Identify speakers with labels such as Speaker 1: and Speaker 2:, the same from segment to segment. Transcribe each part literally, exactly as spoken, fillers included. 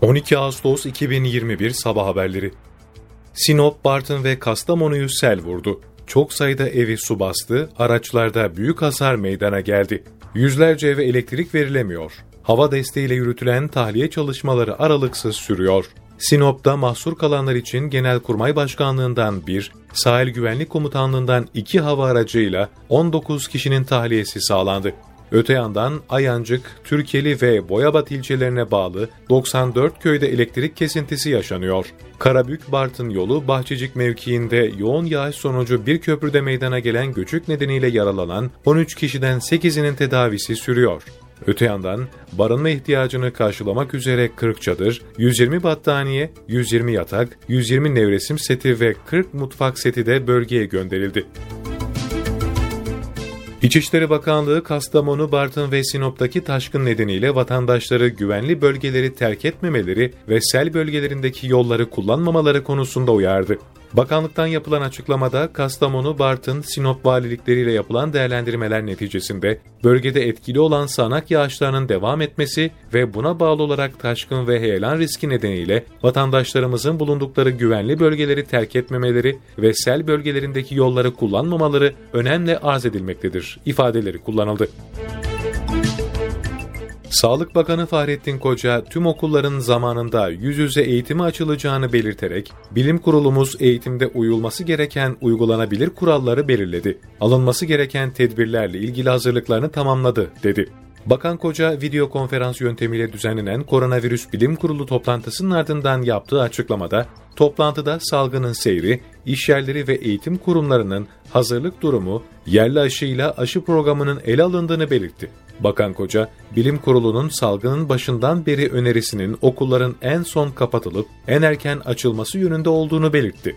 Speaker 1: on iki Ağustos iki bin yirmi bir Sabah haberleri. Sinop, Bartın ve Kastamonu'yu sel vurdu. Çok sayıda evi su bastı, araçlarda büyük hasar meydana geldi. Yüzlerce eve elektrik verilemiyor. Hava desteğiyle yürütülen tahliye çalışmaları aralıksız sürüyor. Sinop'ta mahsur kalanlar için Genelkurmay Başkanlığından bir, Sahil Güvenlik Komutanlığından iki hava aracıyla on dokuz kişinin tahliyesi sağlandı. Öte yandan Ayancık, Türkeli ve Boyabat ilçelerine bağlı doksan dört köyde elektrik kesintisi yaşanıyor. Karabük-Bartın yolu Bahçecik mevkiinde yoğun yağış sonucu bir köprüde meydana gelen göçük nedeniyle yaralanan on üç kişiden sekizinin tedavisi sürüyor. Öte yandan barınma ihtiyacını karşılamak üzere kırk çadır, yüz yirmi battaniye, yüz yirmi yatak, yüz yirmi nevresim seti ve kırk mutfak seti de bölgeye gönderildi. İçişleri Bakanlığı, Kastamonu, Bartın ve Sinop'taki taşkın nedeniyle vatandaşları güvenli bölgeleri terk etmemeleri ve sel bölgelerindeki yolları kullanmamaları konusunda uyardı. Bakanlıktan yapılan açıklamada Kastamonu, Bartın, Sinop valilikleriyle yapılan değerlendirmeler neticesinde bölgede etkili olan sağanak yağışlarının devam etmesi ve buna bağlı olarak taşkın ve heyelan riski nedeniyle vatandaşlarımızın bulundukları güvenli bölgeleri terk etmemeleri ve sel bölgelerindeki yolları kullanmamaları önemli arz edilmektedir ifadeleri kullanıldı. Sağlık Bakanı Fahrettin Koca, tüm okulların zamanında yüz yüze eğitime açılacağını belirterek, bilim kurulumuz eğitimde uyulması gereken uygulanabilir kuralları belirledi. Alınması gereken tedbirlerle ilgili hazırlıklarını tamamladı, dedi. Bakan Koca, video konferans yöntemiyle düzenlenen Koronavirüs Bilim Kurulu toplantısının ardından yaptığı açıklamada, toplantıda salgının seyri, işyerleri ve eğitim kurumlarının hazırlık durumu, yerli aşıyla aşı programının ele alındığını belirtti. Bakan Koca, Bilim Kurulu'nun salgının başından beri önerisinin okulların en son kapatılıp en erken açılması yönünde olduğunu belirtti.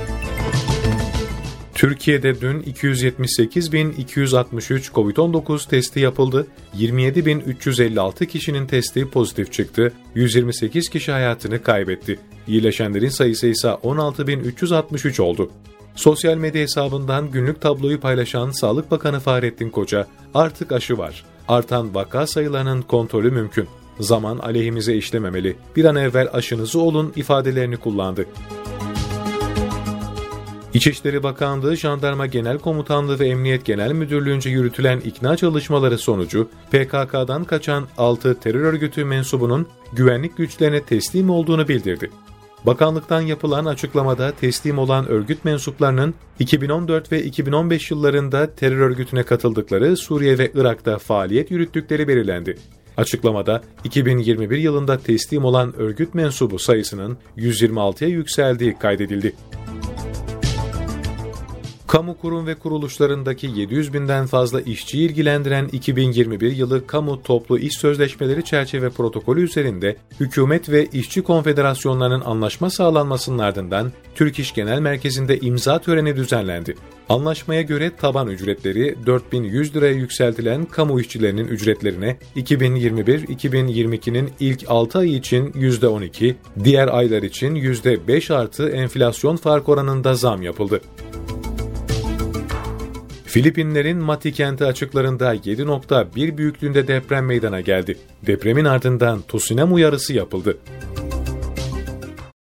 Speaker 1: Türkiye'de dün iki yüz yetmiş sekiz bin iki yüz altmış üç kovid on dokuz testi yapıldı, yirmi yedi bin üç yüz elli altı kişinin testi pozitif çıktı, yüz yirmi sekiz kişi hayatını kaybetti. İyileşenlerin sayısı ise on altı bin üç yüz altmış üç oldu. Sosyal medya hesabından günlük tabloyu paylaşan Sağlık Bakanı Fahrettin Koca, artık aşı var. Artan vaka sayılarının kontrolü mümkün. Zaman aleyhimize işlememeli. Bir an evvel aşınızı olun ifadelerini kullandı. İçişleri Bakanlığı, Jandarma Genel Komutanlığı ve Emniyet Genel Müdürlüğü'nce yürütülen ikna çalışmaları sonucu P K K'dan kaçan altı terör örgütü mensubunun güvenlik güçlerine teslim olduğunu bildirdi. Bakanlıktan yapılan açıklamada teslim olan örgüt mensuplarının iki bin on dört ve iki bin on beş yıllarında terör örgütüne katıldıkları Suriye ve Irak'ta faaliyet yürüttükleri belirlendi. Açıklamada iki bin yirmi bir yılında teslim olan örgüt mensubu sayısının yüz yirmi altıya yükseldiği kaydedildi. Kamu kurum ve kuruluşlarındaki yedi yüz binden fazla işçiyi ilgilendiren iki bin yirmi bir yılı kamu toplu iş sözleşmeleri çerçeve protokolü üzerinde hükümet ve işçi konfederasyonlarının anlaşma sağlanmasının ardından Türk İş Genel Merkezi'nde imza töreni düzenlendi. Anlaşmaya göre taban ücretleri dört bin yüz liraya yükseltilen kamu işçilerinin ücretlerine iki bin yirmi bir iki bin yirmi ikinin ilk altı ayı için yüzde on iki, diğer aylar için yüzde beş artı enflasyon fark oranında zam yapıldı. Filipinlerin Mati kenti açıklarında yedi nokta bir büyüklüğünde deprem meydana geldi. Depremin ardından tsunami uyarısı yapıldı.